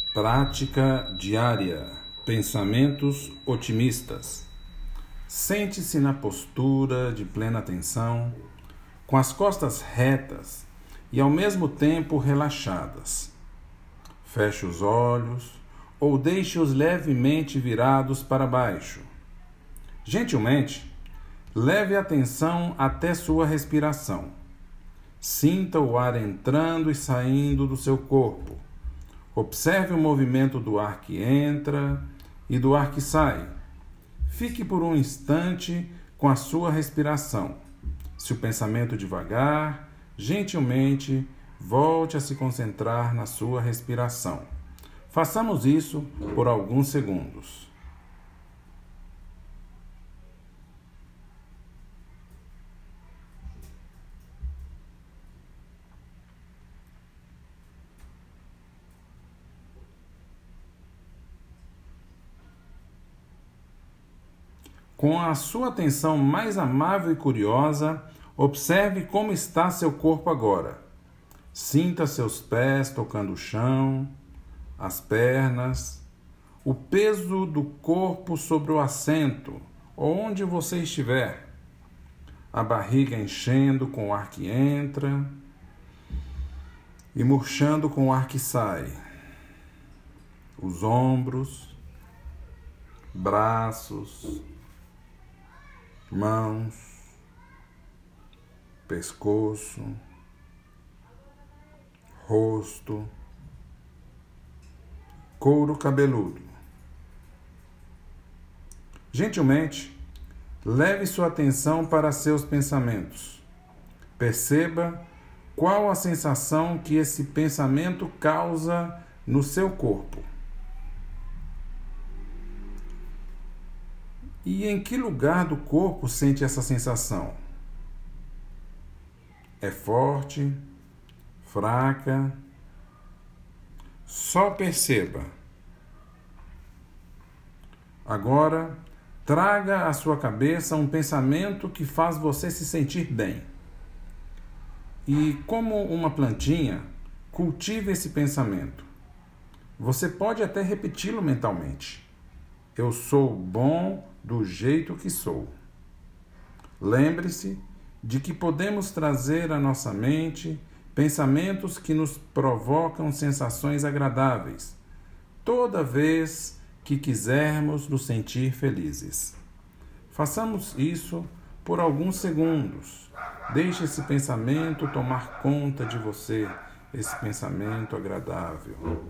Prática diária. Pensamentos otimistas. Sente-se na postura de plena atenção, com as costas retas e ao mesmo tempo relaxadas. Feche os olhos ou deixe-os levemente virados para baixo. Gentilmente, leve a atenção até sua respiração. Sinta o ar entrando e saindo do seu corpo. Observe o movimento do ar que entra e do ar que sai. Fique por um instante com a sua respiração. Se o pensamento devagar, gentilmente, volte a se concentrar na sua respiração. Façamos isso por alguns segundos. Com a sua atenção mais amável e curiosa, observe como está seu corpo agora. Sinta seus pés tocando o chão, as pernas, o peso do corpo sobre o assento, onde você estiver. A barriga enchendo com o ar que entra e murchando com o ar que sai. Os ombros, braços, mãos, pescoço, rosto, couro cabeludo. Gentilmente, leve sua atenção para seus pensamentos. Perceba qual a sensação que esse pensamento causa no seu corpo. E em que lugar do corpo sente essa sensação? É forte? Fraca? Só perceba. Agora, traga à sua cabeça um pensamento que faz você se sentir bem. E, como uma plantinha, cultive esse pensamento. Você pode até repeti-lo mentalmente. Eu sou bom do jeito que sou. Lembre-se de que podemos trazer à nossa mente pensamentos que nos provocam sensações agradáveis, toda vez que quisermos nos sentir felizes. Façamos isso por alguns segundos. Deixe esse pensamento tomar conta de você, esse pensamento agradável.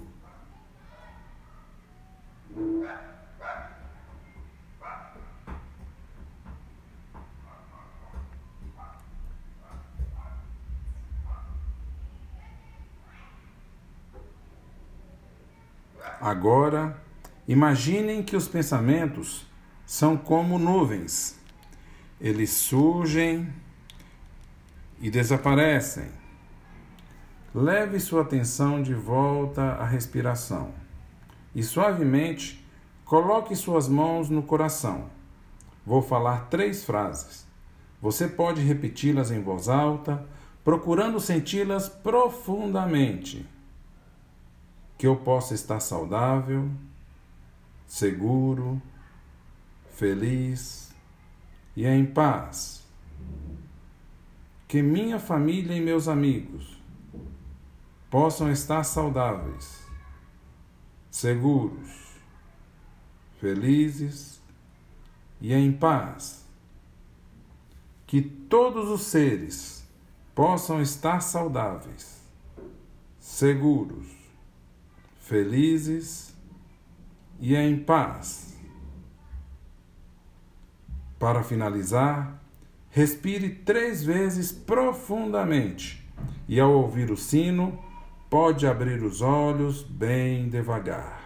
Agora, imaginem que os pensamentos são como nuvens. Eles surgem e desaparecem. Leve sua atenção de volta à respiração e suavemente coloque suas mãos no coração. Vou falar 3 frases. Você pode repeti-las em voz alta, procurando senti-las profundamente. Que eu possa estar saudável, seguro, feliz e em paz. Que minha família e meus amigos possam estar saudáveis, seguros, felizes e em paz. Que todos os seres possam estar saudáveis, seguros, felizes e em paz. Para finalizar, respire 3 vezes profundamente e, ao ouvir o sino, pode abrir os olhos bem devagar.